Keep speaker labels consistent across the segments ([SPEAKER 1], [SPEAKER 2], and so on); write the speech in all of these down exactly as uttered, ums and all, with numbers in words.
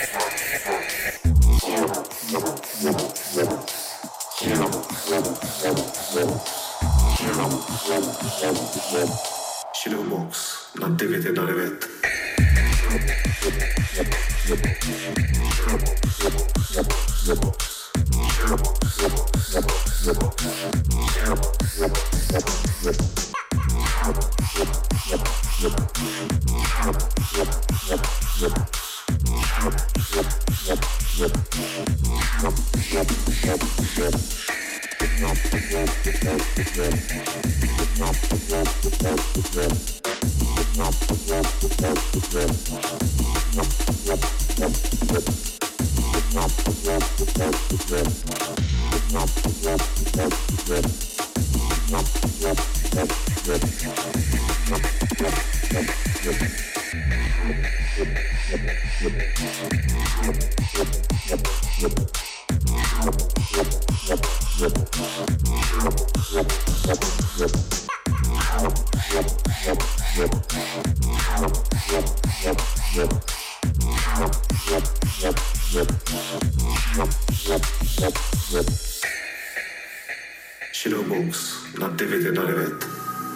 [SPEAKER 1] Shadowbox na devět jedna devět. Shadowbox na devět jedna devět.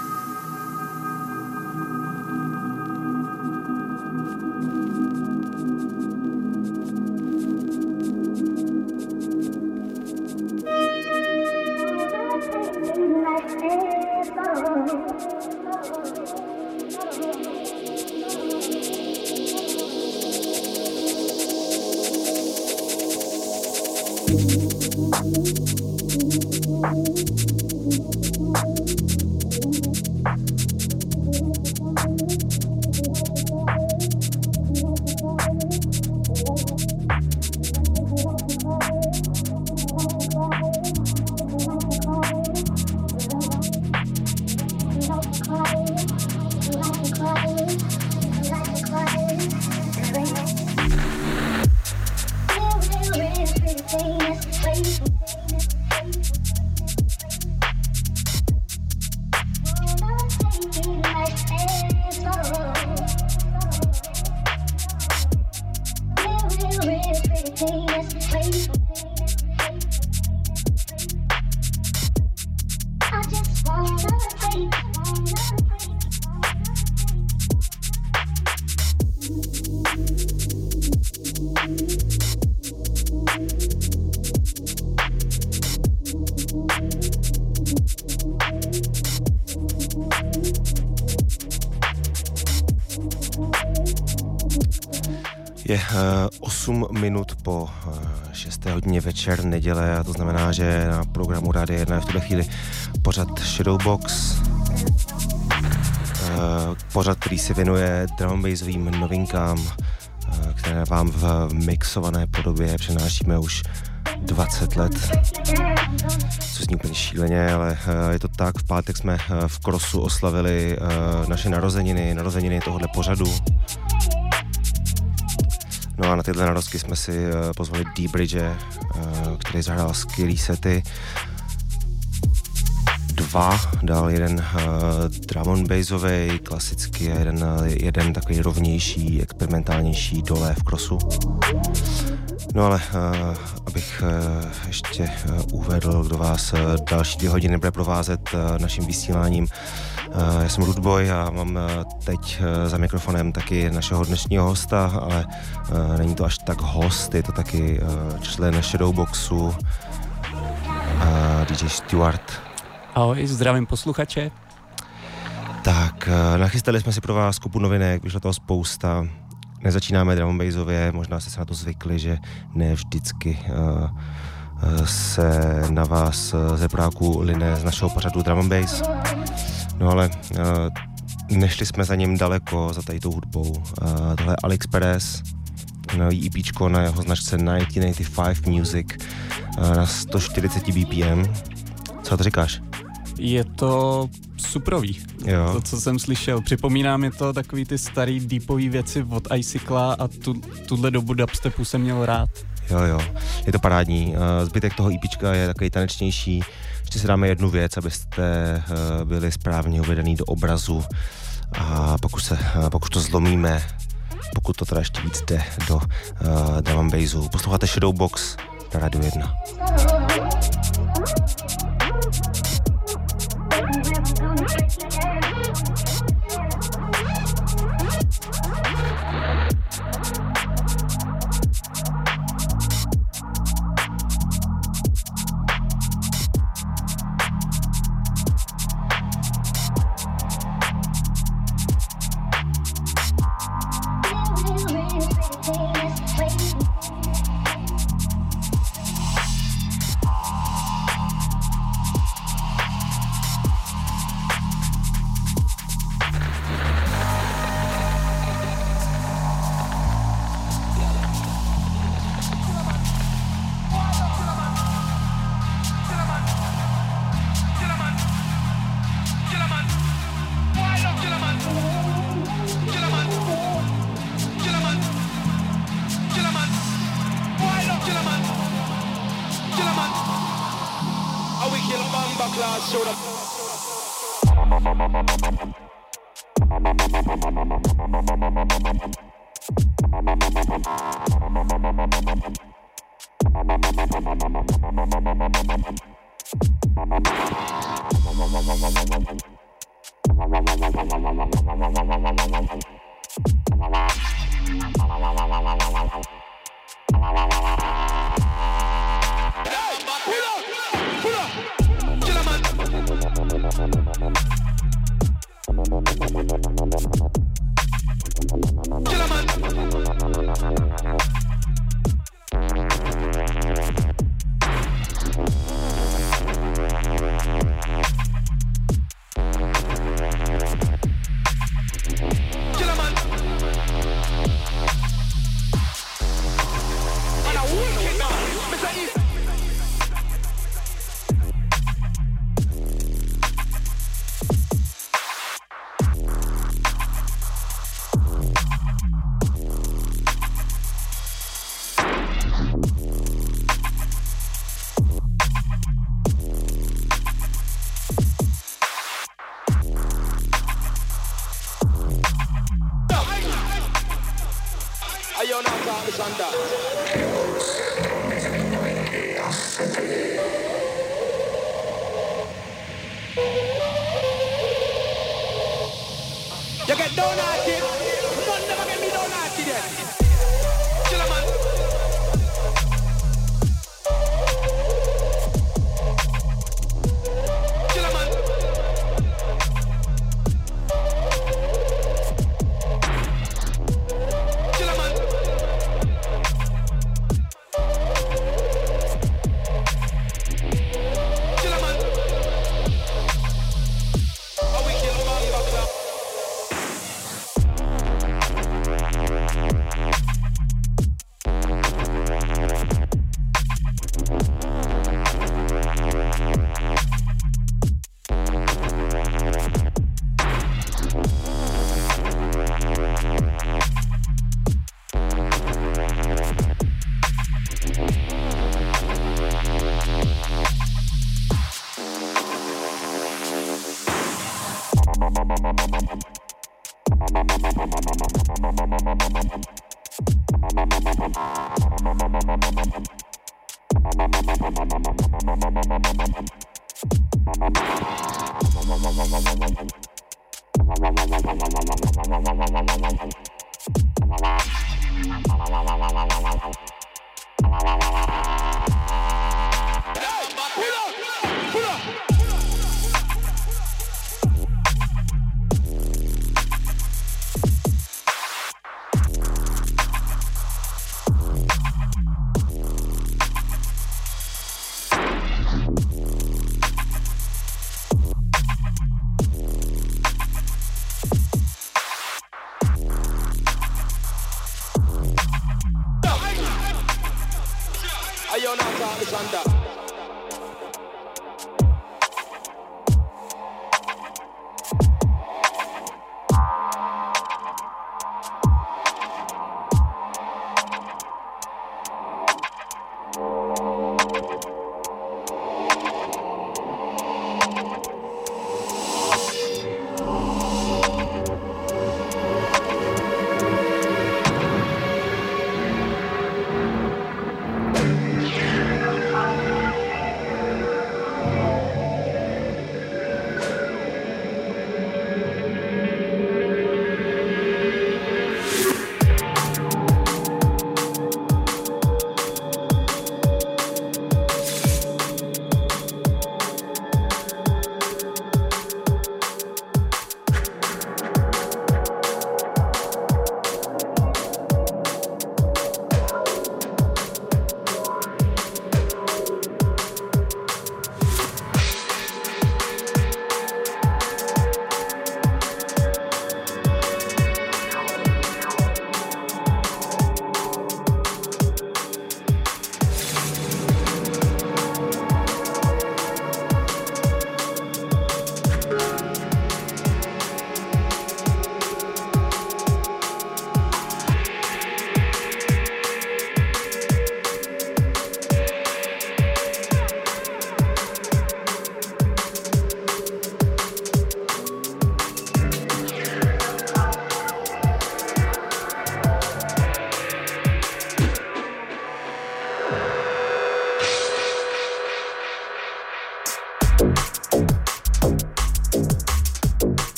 [SPEAKER 1] Je osm minut po šesté hodině večer neděle a to znamená, že na programu Rádia jedna je v tuhle chvíli pořad Shadowbox. Pořad, který se věnuje drum and bassovým novinkám, které vám v mixované podobě přenášíme už dvacet let. Co zní úplně šíleně, ale je to tak. V pátek jsme v Crossu oslavili naše narozeniny, narozeniny tohohle pořadu. No a na tyhle narozky jsme si pozvali D-Bridge, který zahrál skvělý sety. Dva, dal jeden uh, drum and bassový, klasický, a jeden, jeden takový rovnější, experimentálnější dole v Crossu. No ale uh, abych uh, ještě uh, uvedl, kdo vás uh, další dvě hodiny bude provázet uh, naším vysíláním. Uh, já jsem Rudeboy a mám uh, teď uh, za mikrofonem taky našeho dnešního hosta, ale uh, není to až tak host, je to taky uh, člen Shadowboxu, uh, D J Stuart.
[SPEAKER 2] Ahoj, zdravím posluchače.
[SPEAKER 1] Tak, uh, nachystali jsme si pro vás kupu novinek, vyšlo toho spousta. Nezačínáme drum and bassově, možná jste se na to zvykli, že ne vždycky uh, uh, se na vás uh, ze práku line z našeho pořadu drum and bass. No ale uh, nešli jsme za ním daleko, za tady tou hudbou. Uh, tohle je Alex Perez, nový EPčko na jeho značce devatenáct osmdesát pět Music uh, na sto čtyřicet B P M. Co to říkáš?
[SPEAKER 2] Je to suprový,
[SPEAKER 1] jo.
[SPEAKER 2] To, co jsem slyšel. Připomíná mi to takový ty starý deepový věci od iCycla a tu, tuhle dobu dubstepu jsem měl rád.
[SPEAKER 1] Jo, jo, je to parádní. Zbytek toho EPčka je takový tanečnější. Ještě si dáme jednu věc, abyste byli správně uvedený do obrazu a pokud, se, pokud to zlomíme, pokud to teda ještě víc jde do uh, drum and bassu. Posloucháte Shadowbox na Radio jedna.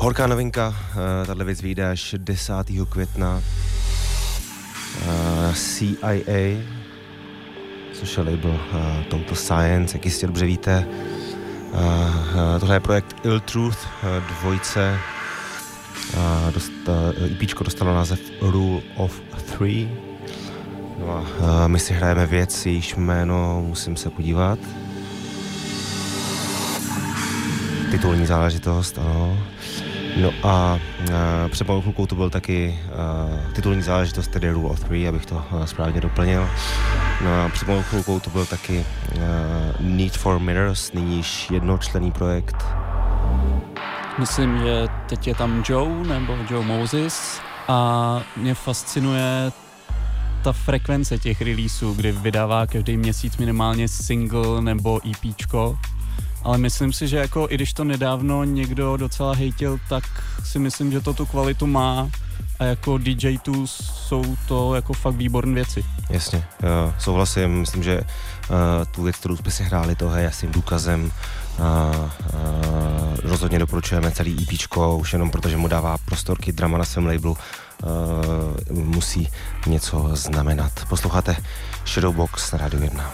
[SPEAKER 1] Horká novinka, tahle věc vyjde až desátého května. C I A, což je label Total Science, jak jistě dobře víte. Tohle je projekt Ill Truth, dvojce. EPčko dostalo název Rule of Three. No a my si hrajeme věc, jejíž jméno musím se podívat. Titulní záležitost, ano. No a, a před malou chvilkou to byl taky a, titulní záležitost, tedy Rule of Three, abych to a, správně doplnil. No a před malou chvilkou to byl taky a, Need for Mirrors, nyní již jednočlenný projekt.
[SPEAKER 2] Myslím, že teď je tam Joe nebo Joe Moses a mě fascinuje ta frekvence těch releaseů, kdy vydává každý měsíc minimálně single nebo EPčko. Ale myslím si, že jako i když to nedávno někdo docela hejtil, tak si myslím, že to tu kvalitu má a jako D J tu jsou to jako fakt výborné věci.
[SPEAKER 1] Jasně, jo, souhlasím, myslím, že uh, tu věc, kterou jsme si hráli, toho je jasným důkazem. Uh, uh, rozhodně doporučujeme celý EPčko, už jenom protože mu dává prostorky drama na svém labelu, uh, musí něco znamenat. Posloucháte Shadowbox na Rádiu jedna.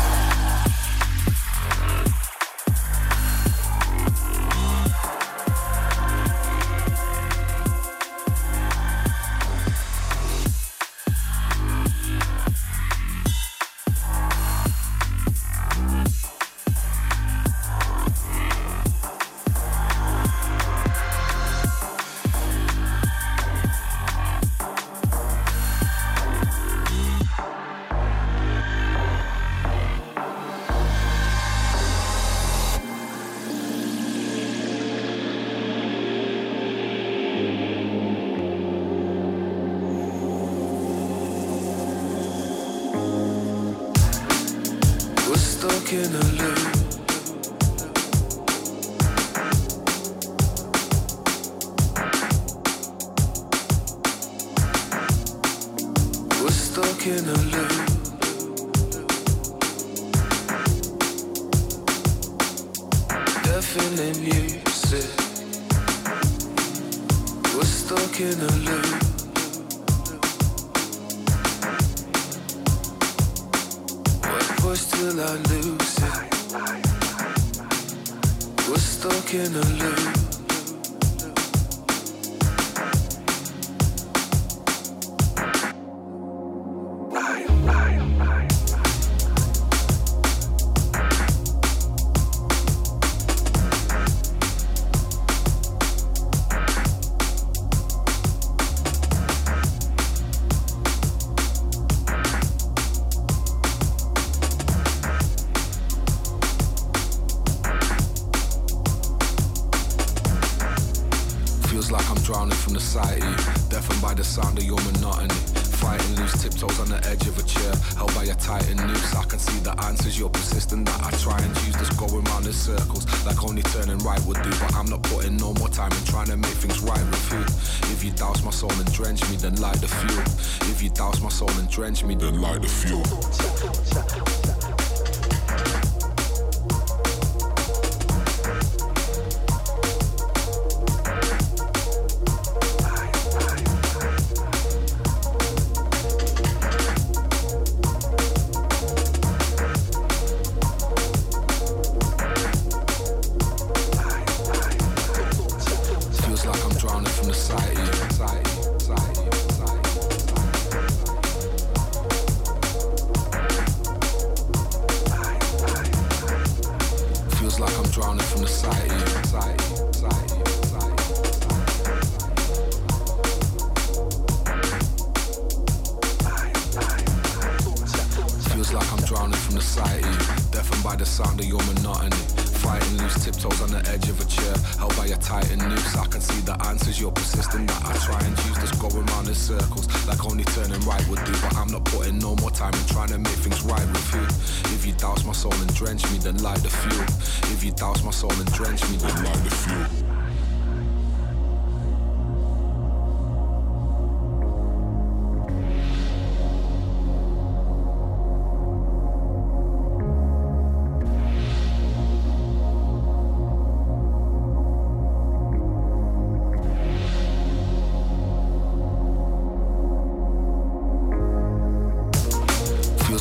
[SPEAKER 3] Drench me, then light the fuel.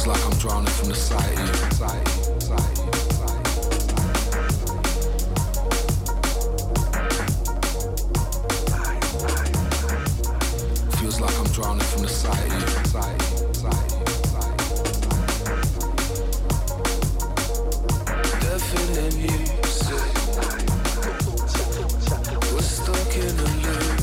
[SPEAKER 3] Feels like I'm drowning from the sight of you. Sight, sight, sight, sight. Feels like I'm drowning from the sight of you. Sight, sight, sight, sight. Deafening music. We're stuck in a loop.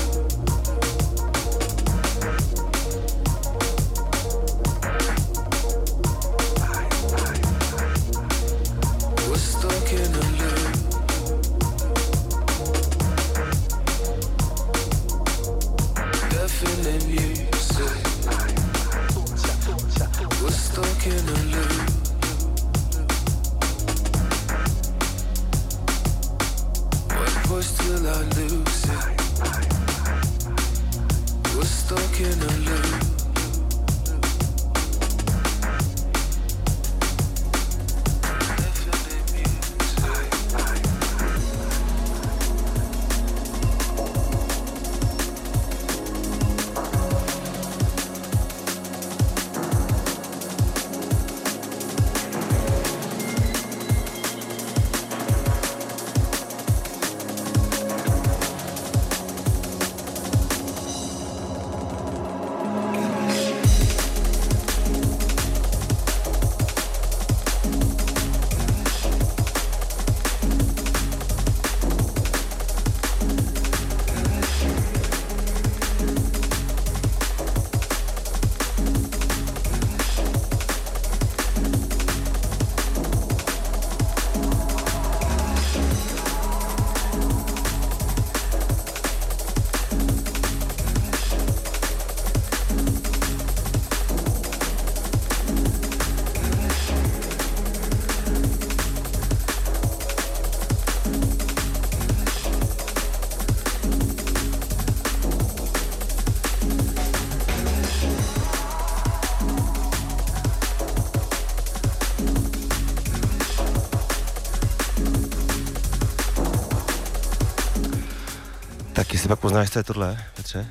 [SPEAKER 1] Jestli pak poznáš, co je tohle, Petře?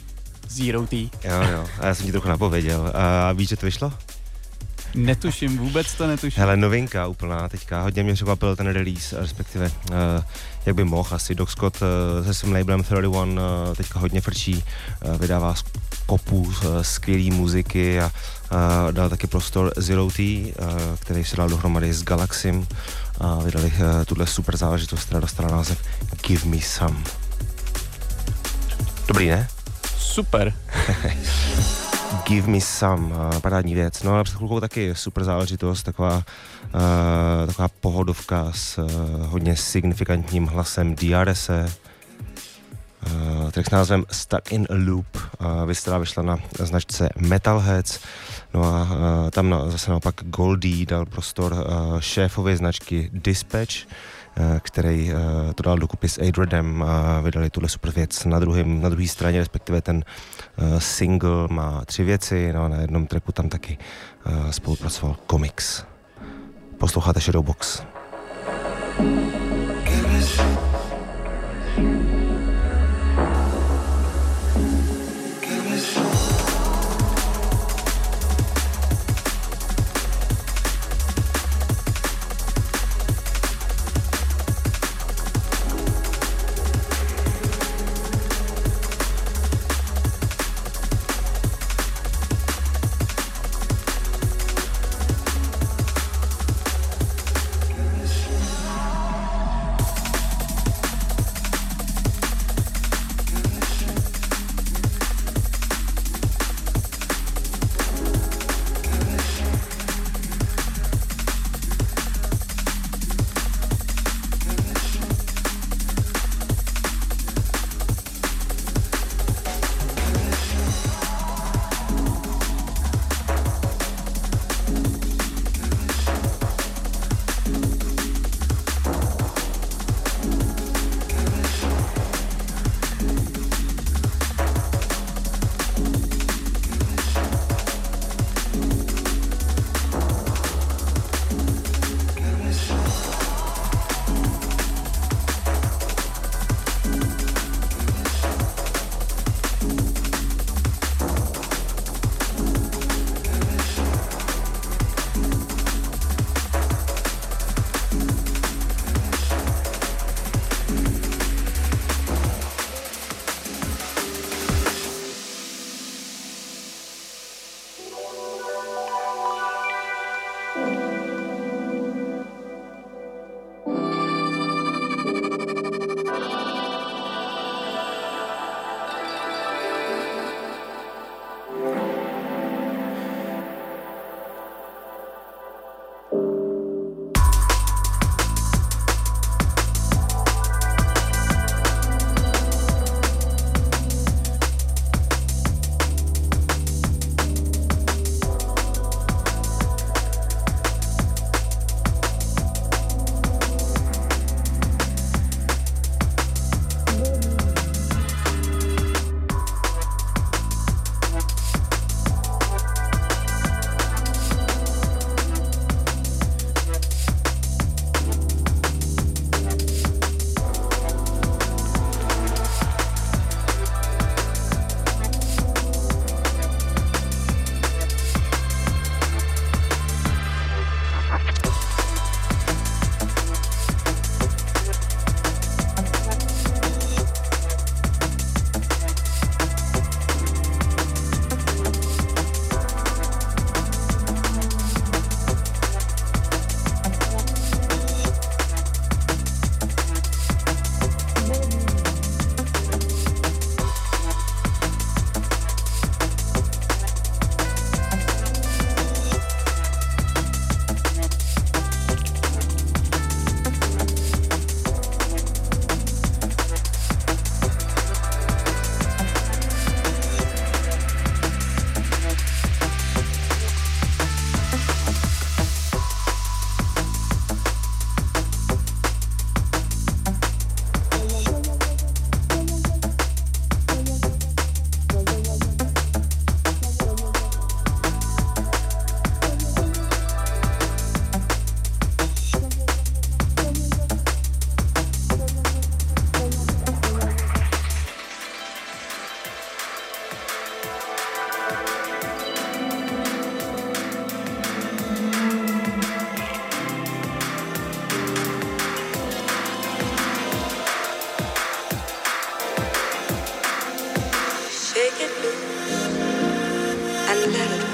[SPEAKER 2] Zero T.
[SPEAKER 1] Jo, jo, a já jsem ti trochu napověděl. A víš, že to vyšlo?
[SPEAKER 2] Netuším, vůbec to netuším.
[SPEAKER 1] Hele, novinka úplná teďka, hodně mě překvapil ten release, respektive uh, jak by mohl asi. Doc Scott uh, se svým labelem třicet jedna uh, teďka hodně frčí, uh, vydává kopu uh, skvělý muziky a uh, dal taky prostor Zero T, uh, který se dal dohromady s Galaxym a vydali uh, tuhle super záležitost, která dostala název Give Me Some. Dobrý, ne?
[SPEAKER 2] Super.
[SPEAKER 1] Give Me Some, uh, parádní věc. No ale před chvilkou taky super záležitost, taková, uh, taková pohodovka s uh, hodně signifikantním hlasem D R S. Uh, tak s názvem Stuck in a Loop. Uh, věc, která vyšla na značce Metalheads. No a uh, tam na, zase naopak Goldie dal prostor uh, šéfovi značky Dispatch, který uh, to dal dokupy s Adredem a vydali tuhle super věc. Na druhém, na druhé straně, respektive ten uh, single má tři věci, no a na jednom tracku tam taky uh, spolupracoval Comics. Posloucháte Shadowbox.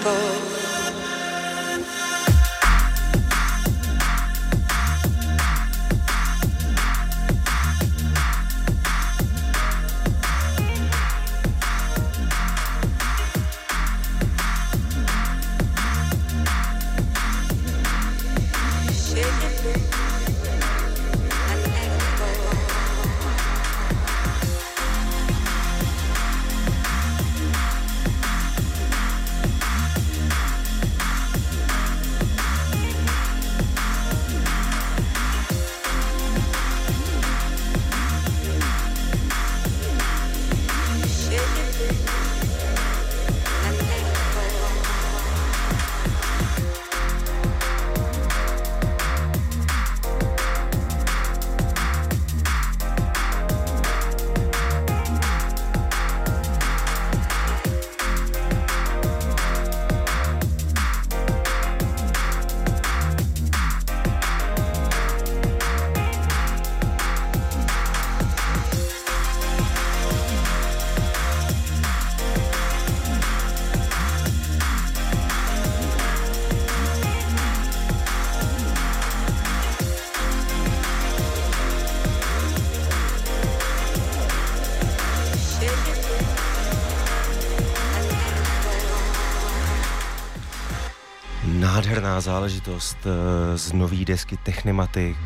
[SPEAKER 1] Nádherná záležitost z nový desky Technimatic.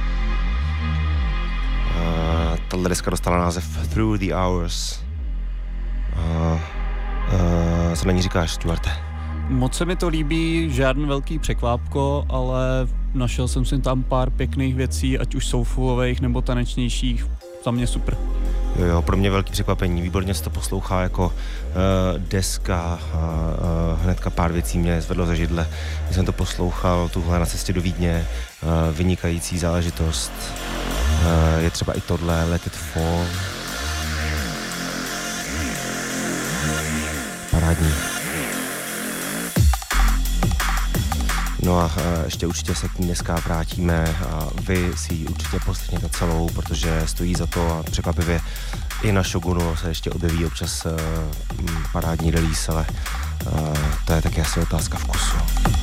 [SPEAKER 1] Tato deska dostala název Through the Hours. A, a, co na ní říkáš, Stuarte?
[SPEAKER 2] Moc se mi to líbí, žádný velký překvápko, ale našel jsem si tam pár pěkných věcí, ať už soulfulových nebo tanečnějších. Za mě super.
[SPEAKER 1] Jo, jo, pro mě velký překvapení, výborně se to poslouchá jako uh, deska a uh, hnedka pár věcí mě zvedlo ze židle, když jsem to poslouchal tuhle na cestě do Vídně, uh, vynikající záležitost, uh, je třeba i tohle, Let It Fall, parádní. No a ještě určitě se k ní dneska vrátíme a vy si ji určitě poslechněte celou, protože stojí za to a překvapivě i na Shogunu se ještě objeví občas uh, parádní release, ale uh, to je taky asi otázka vkusu.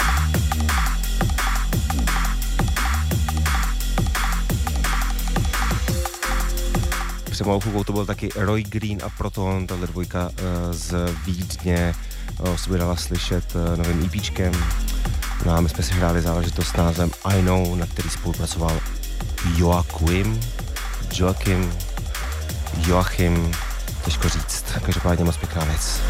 [SPEAKER 1] Před mou chůkou to byl taky Roy Green a Proton, tahle dvojka uh, z Vídně, uh, se by dala slyšet uh, novým EPčkem. No a my jsme si hráli záležitost s názvem I Know, na který spolupracoval Joachim, Joachim, Joachim, těžko říct, každopádně moc pěkná věc.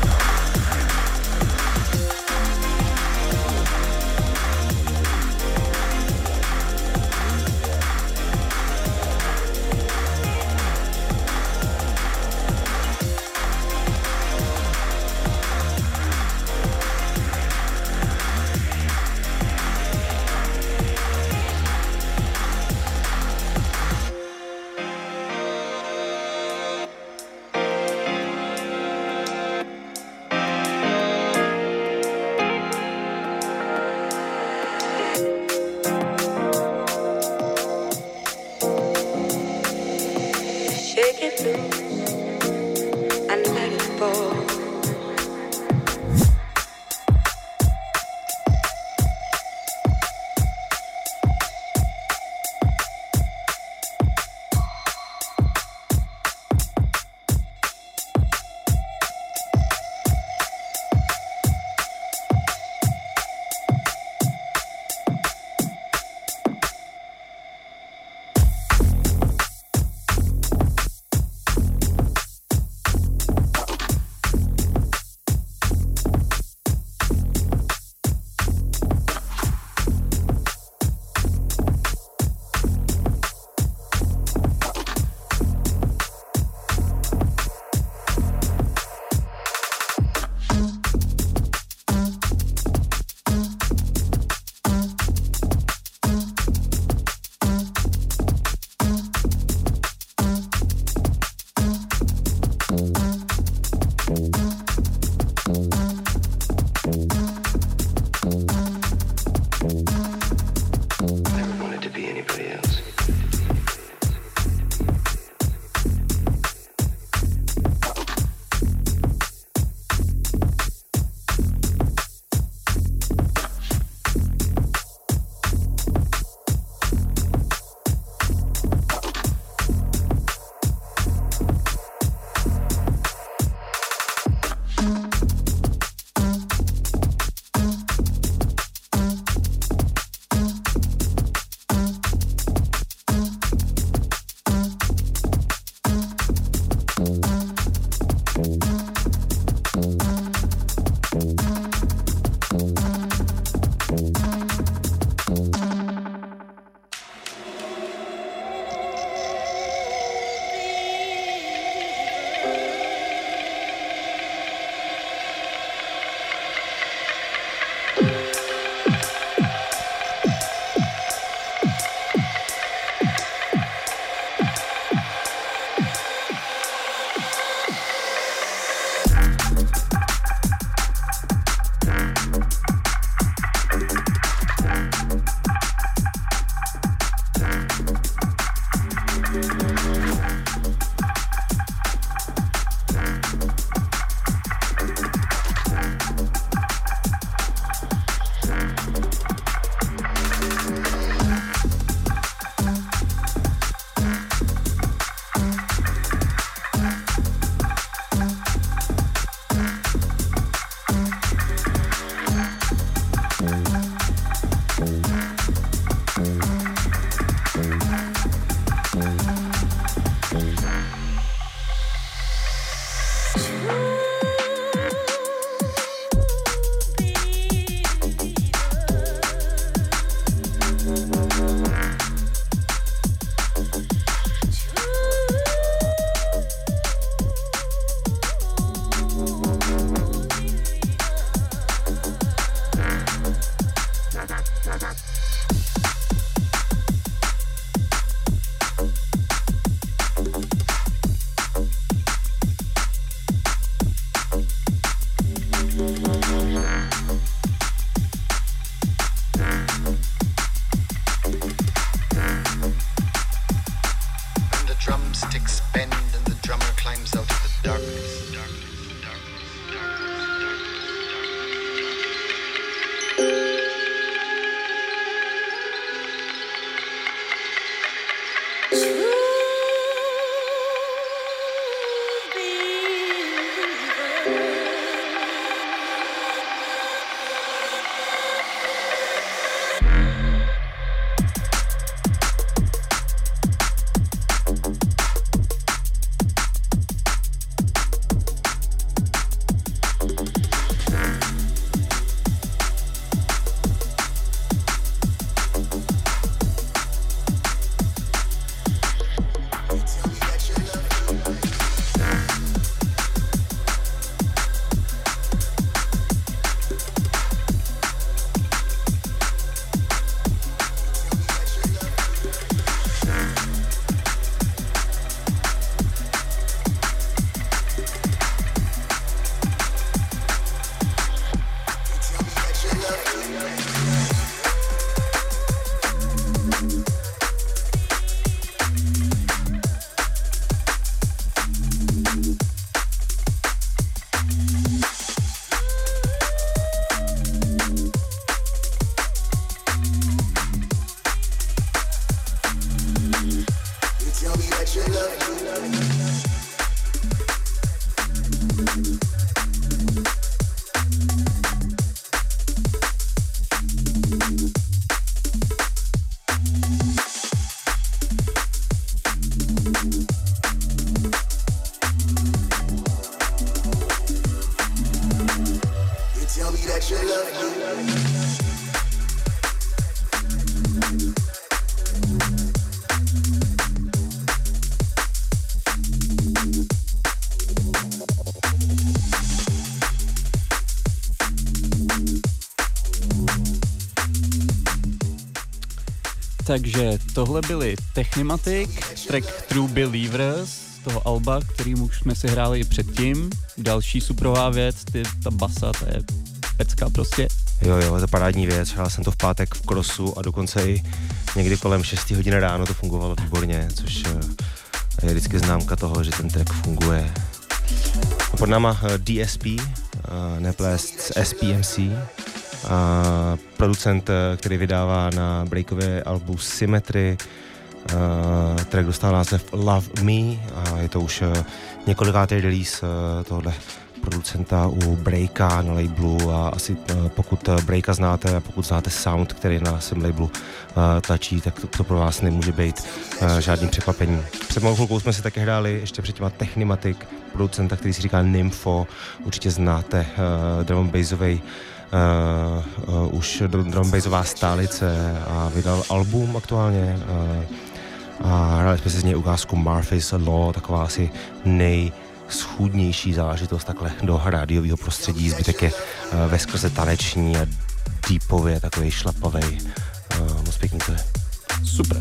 [SPEAKER 2] Takže tohle byly Technimatic, track True Believers, toho alba, kterým už jsme si hráli i předtím. Další suprová věc, ty, ta basa, to je pecka prostě.
[SPEAKER 1] Jo, jo, to je parádní věc, hrál jsem to v pátek v Crossu a dokonce i někdy kolem šesti hodin ráno to fungovalo výborně, což je vždycky známka toho, že ten track funguje. A pod náma D S P, neplést s S P M C, a producent, který vydává na breakové albu Symmetry. Uh, track dostal název Love Me a je to už uh, několikátý release uh, tohohle producenta u Breaka na labelu a asi uh, pokud uh, Breaka znáte a pokud znáte sound, který na svém labelu uh, tlačí, tak to, to pro vás nemůže být uh, žádným překvapením. Před malou chvilkou jsme si taky hráli ještě předtím Technimatic, producenta, který si říká Nympho, určitě znáte, uh, drum bassovej Uh, uh, už drumbassová stálice a vydal album aktuálně uh, a hráli jsme si z něj ukázku Murphy's Law, taková asi nejschůdnější záležitost takhle do rádiového prostředí, zbytek je uh, veskrze taneční a deepově takový šlapavej, uh, moc pěkný to je.
[SPEAKER 2] Super.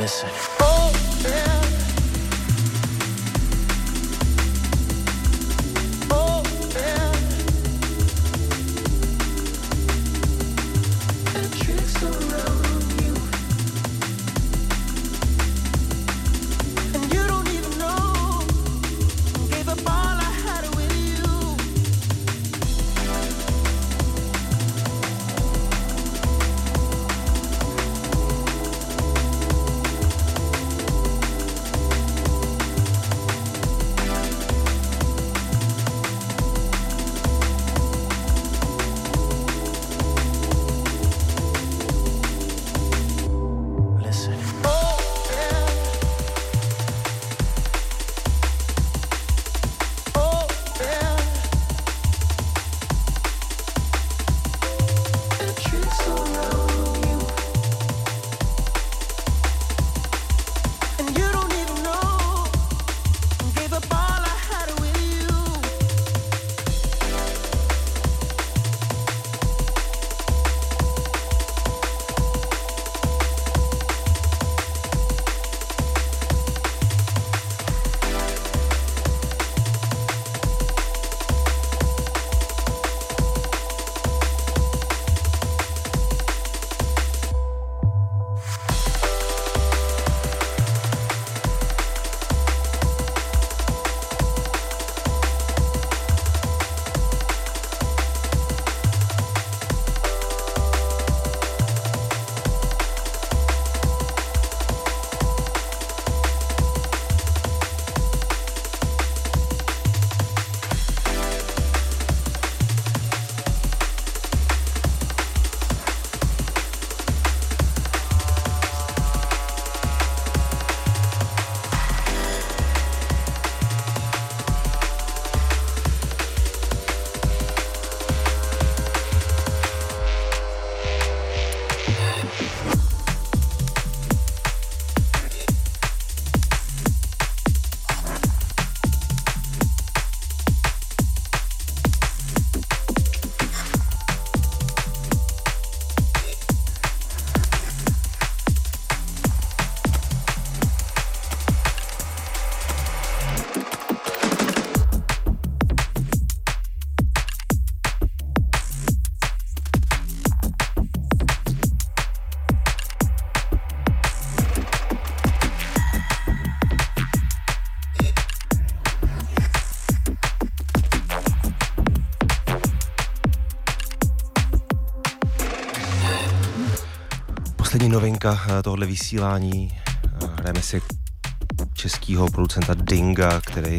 [SPEAKER 4] Listen. Oh, yeah. Oh, yeah. And tricks around you. And you don't even know. Gave up all I had with you.
[SPEAKER 1] Poslední novinka tohohle vysílání. Hrajeme si českýho producenta Dinga, který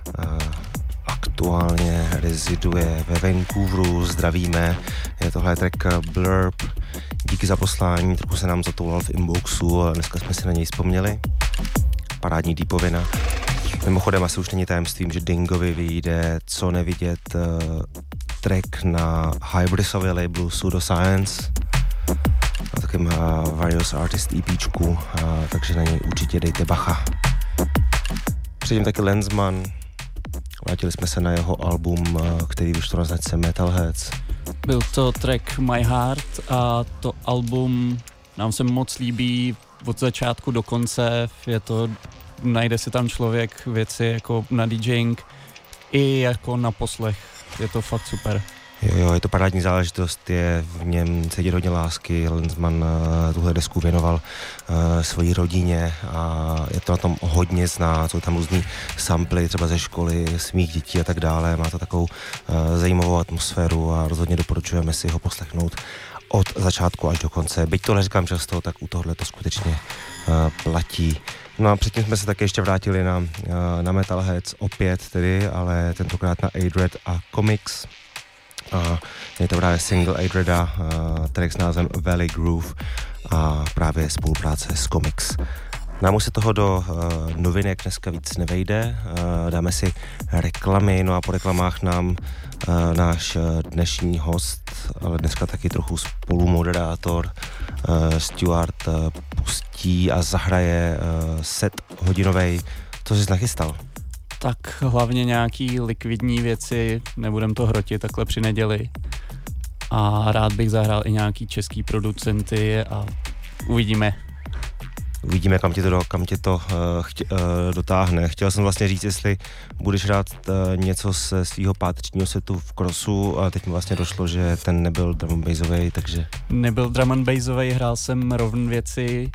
[SPEAKER 1] aktuálně reziduje ve Vancouveru. Zdravíme. Je tohle track Blurb. Díky za poslání, trochu se nám zatoulal v inboxu a dneska jsme si na něj vzpomněli. Parádní deepovina. Mimochodem asi už není tajemstvím, že Dingovi vyjde co nevidět uh, track na Hybrisově labelu Pseudoscience na takovém uh, Various Artist EPčku, uh, takže na něj určitě dejte bacha. Předtím taky Lensman. Vrátili jsme se na jeho album, uh, který vyšlo na značce Metalheads.
[SPEAKER 2] Byl to track My Heart a to album nám se moc líbí od začátku do konce. Je to, najde si tam člověk věci jako na DJing i jako na poslech. Je to fakt super.
[SPEAKER 1] Jo, jo, je to parádní záležitost, je v něm cítit hodně lásky. Lensman uh, tuhle desku věnoval uh, svojí rodině a je to na tom hodně znát, jsou tam různý samply třeba ze školy svých dětí a tak dále. Má to takovou uh, zajímavou atmosféru a rozhodně doporučujeme si ho poslechnout od začátku až do konce. Byť tohle říkám často, tak u tohle to skutečně uh, platí. No a předtím jsme se také ještě vrátili na, uh, na Metalheads opět tedy, ale tentokrát na Adred a Comics. A je to právě single Adreda, uh, track s názvem Valley Groove a právě spolupráce s Comics. Nám už se toho do uh, novinek dneska víc nevejde, uh, dáme si reklamy, no a po reklamách nám uh, náš uh, dnešní host, ale dneska taky trochu spolumoderátor uh, Stuart uh, pustí a zahraje uh, set hodinovej. Co jsi nachystal?
[SPEAKER 2] Tak hlavně nějaký likvidní věci, nebudem to hrotit takhle při neděli. A rád bych zahrál i nějaký český producenty a uvidíme.
[SPEAKER 1] uvidíme, kam tě to, do, kam tě to uh, chtě, uh, dotáhne. Chtěl jsem vlastně říct, jestli budeš hrát uh, něco ze svého pátečního setu v crossu, a teď mi vlastně došlo, že ten nebyl drum and bassovej, takže...
[SPEAKER 2] Nebyl drum and bassovej, hrál jsem rovn věci,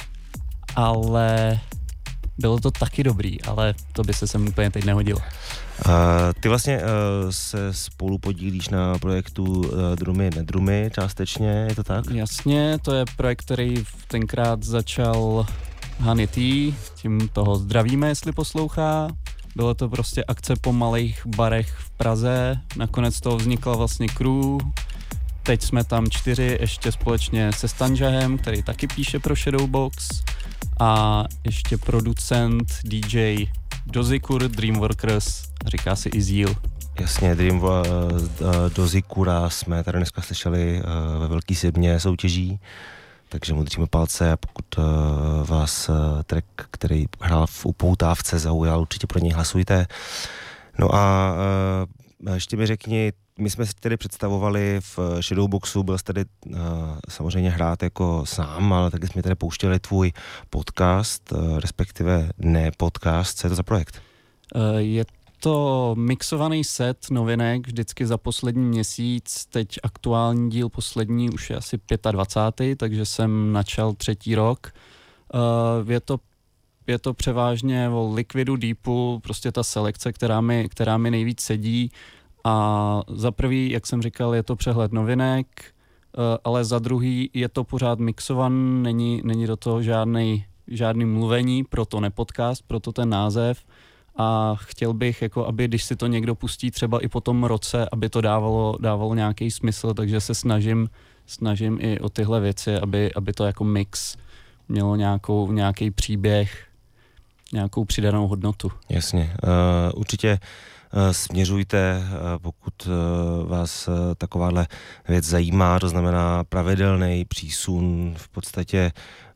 [SPEAKER 2] ale bylo to taky dobrý, ale to by se sem úplně teď nehodilo.
[SPEAKER 1] Uh, ty vlastně uh, se spolu podílíš na projektu uh, Drumy nedrumy částečně, je to tak?
[SPEAKER 2] Jasně, to je projekt, který tenkrát začal Honey T, tím toho zdravíme, jestli poslouchá. Bylo to prostě akce po malých barech v Praze, nakonec toho vznikla vlastně crew. Teď jsme tam čtyři ještě společně se Stanžahem, který taky píše pro Shadowbox, a ještě producent D J Dozikur, Dreamworkers, říká si Izil.
[SPEAKER 1] Jasně, Dream uh, Dozikura jsme tady dneska slyšeli uh, ve Velký Sibně soutěží, takže mu držíme palce, a pokud uh, vás uh, track, který hrál v upoutávce, zaujal, určitě pro něj hlasujte. No a uh, ještě mi řekni, my jsme si tedy představovali v Shadowboxu, byl jsi tady uh, samozřejmě hrát jako sám, ale taky jsme tady pouštěli tvůj podcast, uh, respektive ne podcast. Co je to za projekt?
[SPEAKER 2] Uh, je to mixovaný set novinek vždycky za poslední měsíc, teď aktuální díl poslední už je asi dvacátý pátý, takže jsem načal třetí rok. Uh, je to je to převážně o Liquidu, Deepu, prostě ta selekce, která mi, která mi nejvíc sedí. A za prvý, jak jsem říkal, je to přehled novinek, ale za druhý je to pořád mixovan, není, není do toho žádný, žádný mluvení, proto nepodcast, proto ten název. A chtěl bych, jako aby když si to někdo pustí třeba i po tom roce, aby to dávalo, dávalo nějaký smysl, takže se snažím, snažím i o tyhle věci, aby, aby to jako mix mělo nějakou, nějaký příběh, nějakou přidanou hodnotu.
[SPEAKER 1] Jasně, uh, určitě směřujte, pokud vás takováhle věc zajímá, to znamená pravidelný přísun v podstatě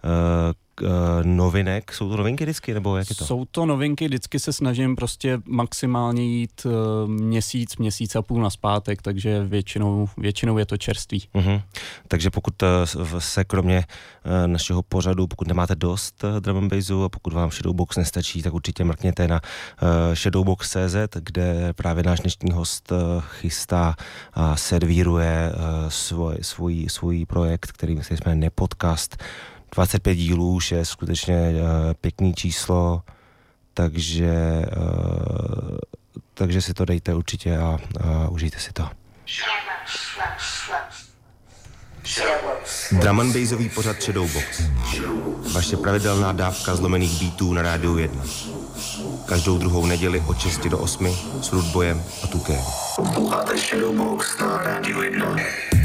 [SPEAKER 1] novinek. Jsou to novinky vždycky, nebo jak je to?
[SPEAKER 2] Jsou to novinky, vždycky se snažím prostě maximálně jít měsíc, měsíc a půl nazpátek, takže většinou, většinou je to čerstvý. Uh-huh.
[SPEAKER 1] Takže pokud se kromě našeho pořadu, pokud nemáte dost drum and bassu a pokud vám Shadowbox nestačí, tak určitě mrkněte na shadowbox tečka cz, kde právě náš dnešní host chystá a servíruje svůj, svůj, svůj projekt, který se jmenuje Nepodcast. dvacet pět dílů už je skutečně uh, pěkný číslo, takže, uh, takže si to dejte určitě a uh, užijte si to. Drum and bassový pořad Shadowbox. Vaše pravidelná dávka zlomených beatů na Rádiu jedna. Každou druhou neděli od šesti do osmi s Rudboyem a Tukem. Posloucháte Shadowbox na Rádiu jedna.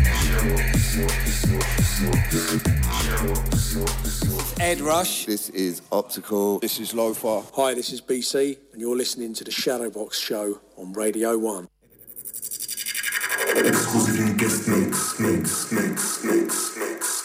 [SPEAKER 5] Ed Rush.
[SPEAKER 6] This is Optical.
[SPEAKER 5] This is Lofa. Hi, this is B C, and you're listening to the Shadowbox show on Radio one.
[SPEAKER 6] Exclusive guest mix, mix, mix, mix, mix.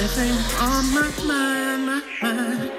[SPEAKER 4] everything on my mind, my mind.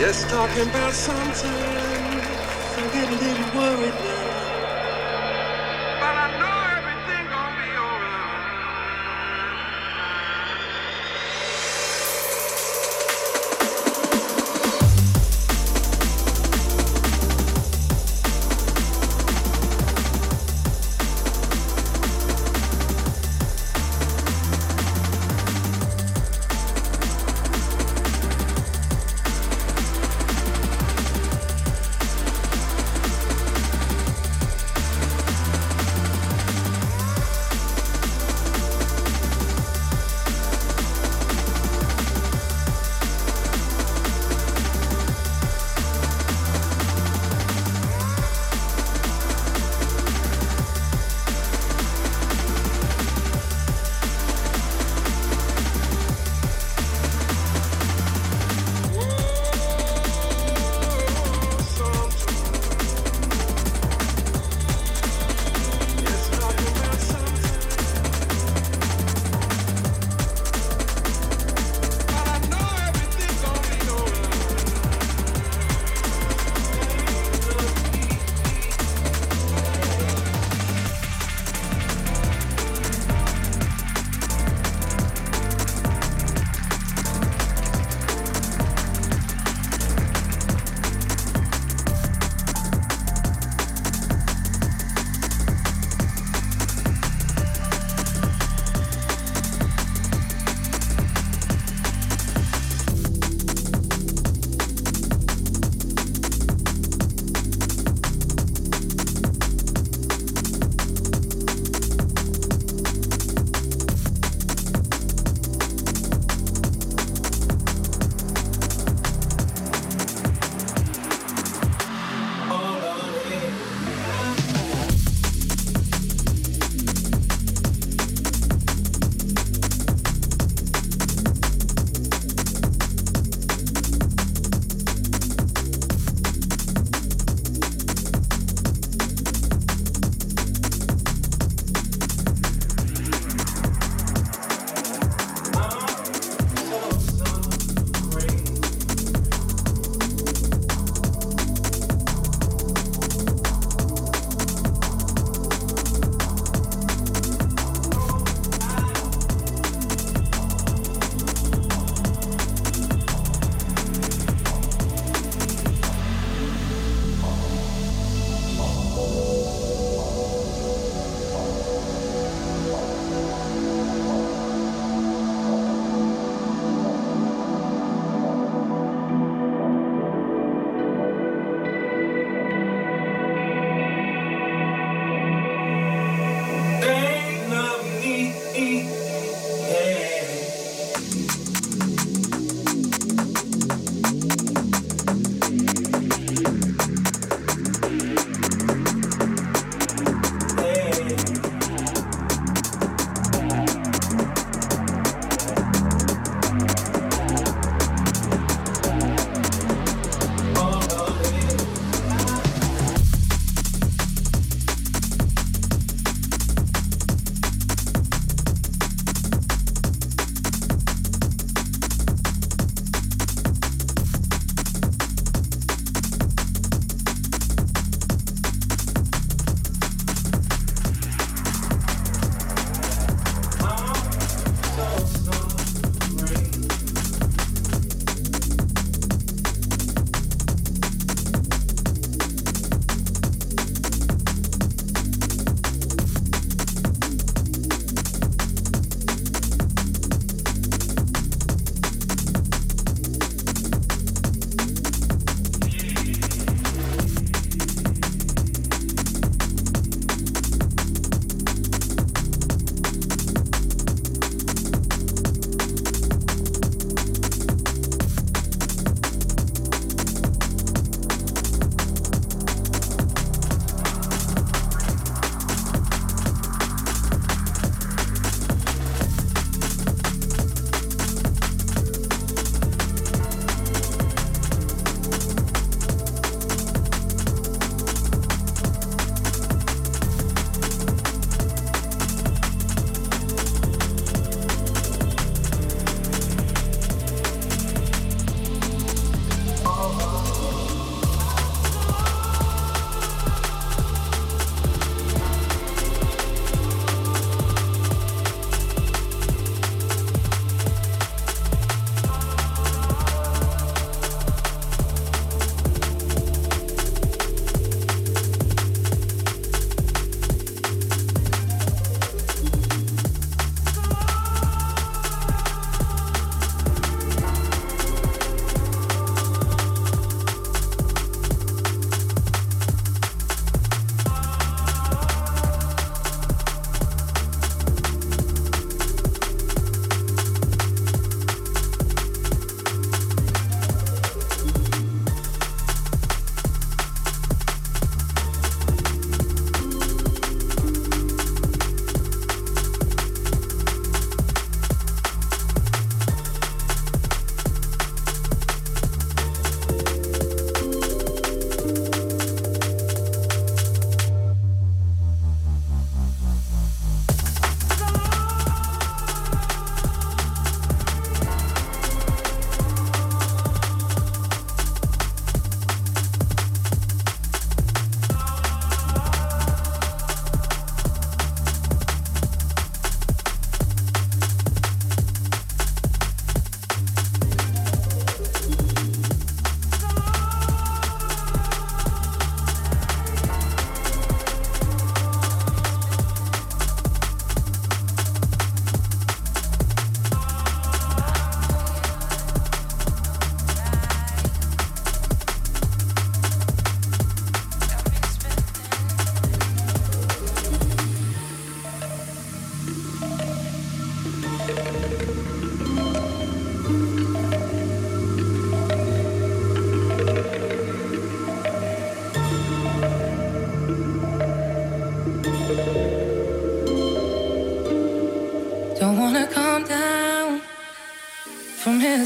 [SPEAKER 4] Let's talk about something. Forget a little worried now. But I know everything gonna be alright.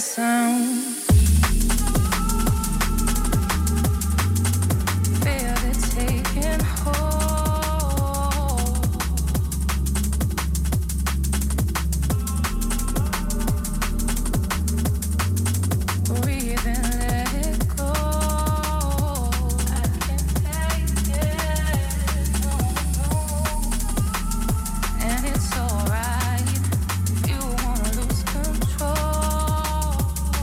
[SPEAKER 7] And it's alright if you wanna lose control.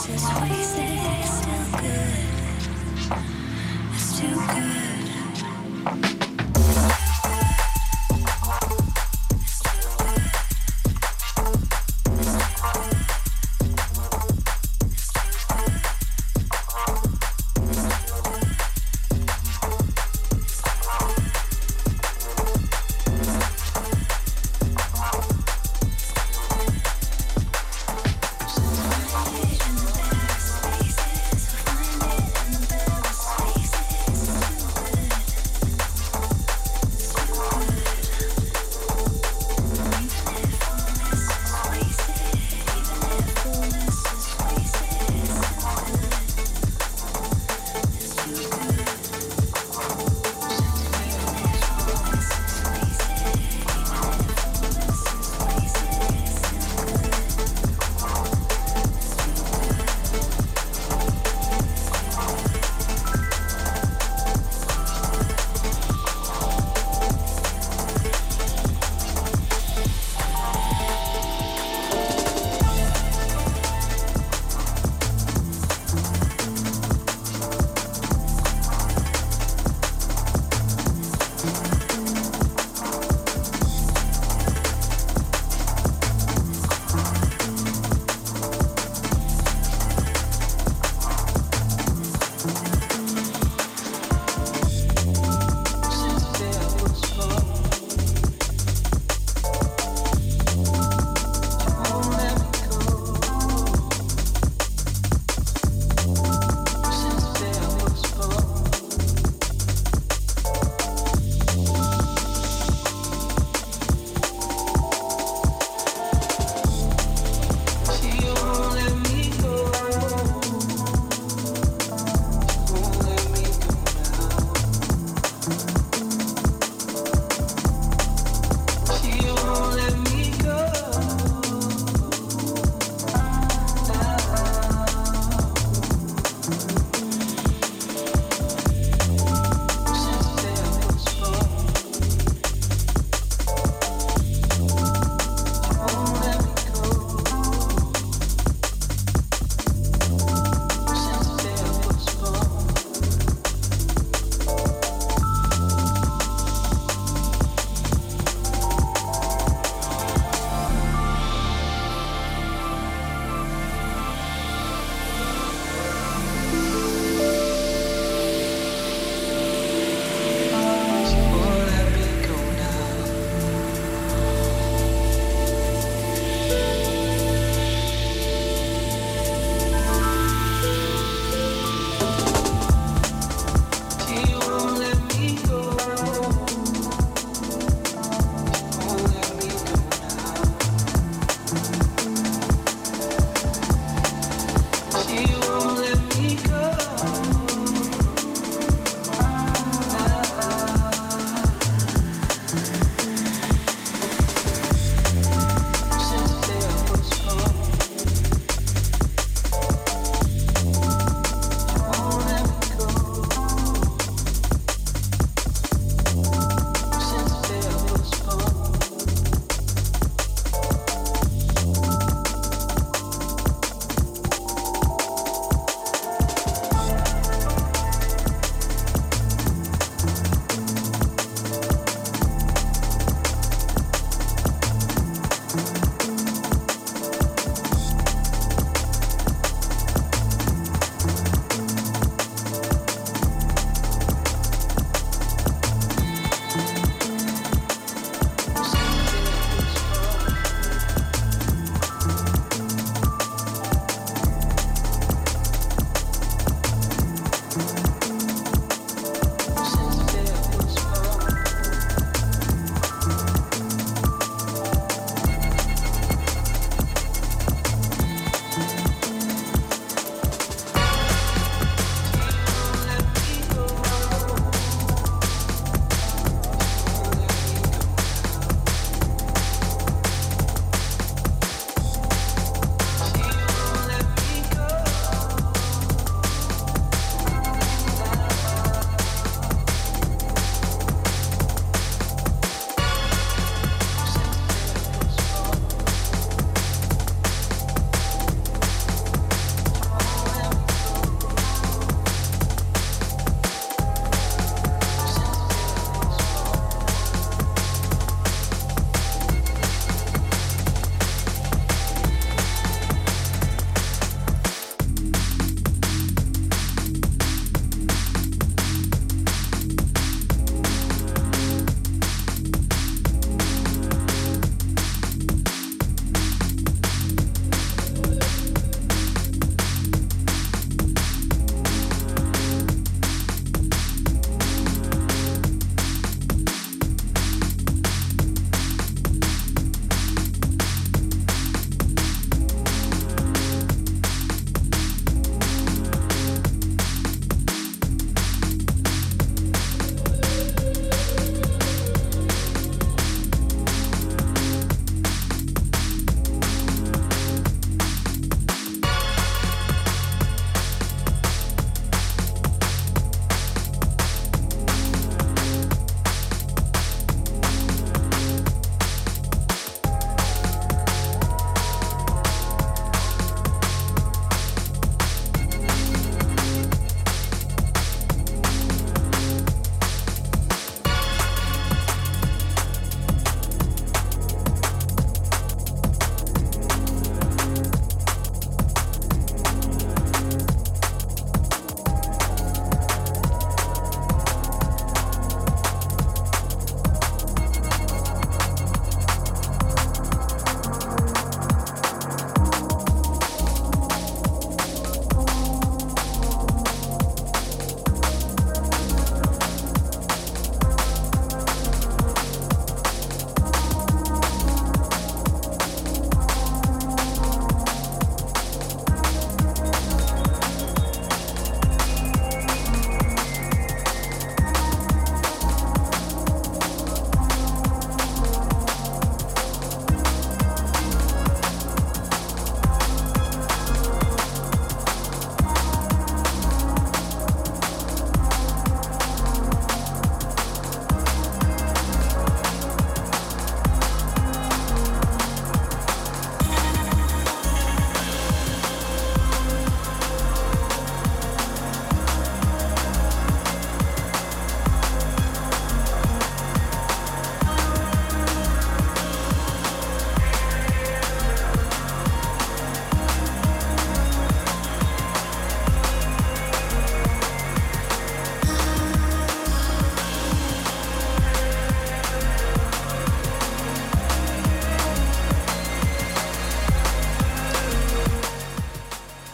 [SPEAKER 7] Space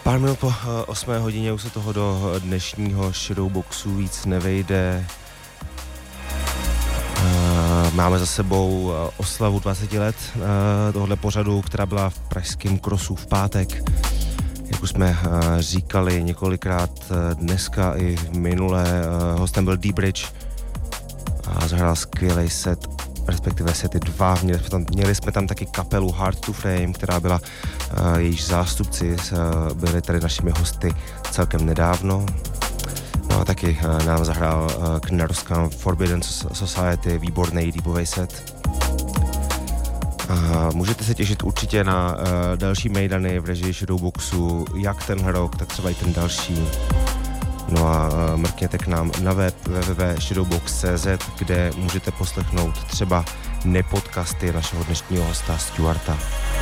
[SPEAKER 1] Pár minut po osmé hodině už se toho do dnešního Shadowboxu víc nevejde. Máme za sebou oslavu dvacet let tohohle pořadu, která byla v pražském Crossu v pátek. Jak už jsme říkali několikrát dneska i minule, hostem byl D-Bridge a zahrál skvělý set, respektive sety dva. Měli jsme tam, měli jsme tam taky kapelu Hard to Frame, která byla, jejíž zástupci byli tady našimi hosty celkem nedávno. No a taky nám zahrál Knarovská Forbidden Society, výborný deepový set. A můžete se těšit určitě na uh, další mejdany v režii Shadowboxu, jak tenhle rok, tak třeba i ten další. No a uh, mrkněte k nám na web w w w tečka shadowbox tečka c z, kde můžete poslechnout třeba nepodcasty našeho dnešního hosta Stuarta.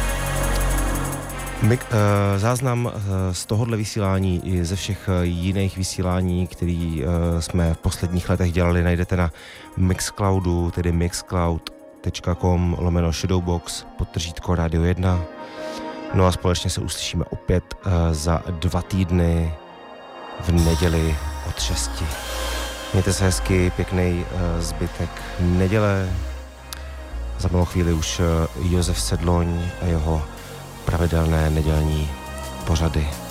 [SPEAKER 1] Mik, uh, záznam uh, z tohohle vysílání i ze všech uh, jiných vysílání, který uh, jsme v posledních letech dělali, najdete na Mixcloudu, tedy mixcloud tečka com lomeno Shadowbox, podtržítko Radio jedna. No a společně se uslyšíme opět uh, za dva týdny v neděli od šesti. Mějte se hezky, pěkný uh, zbytek neděle. Za malou chvíli už uh, Josef Sedloň a jeho pravidelné nedělní pořady.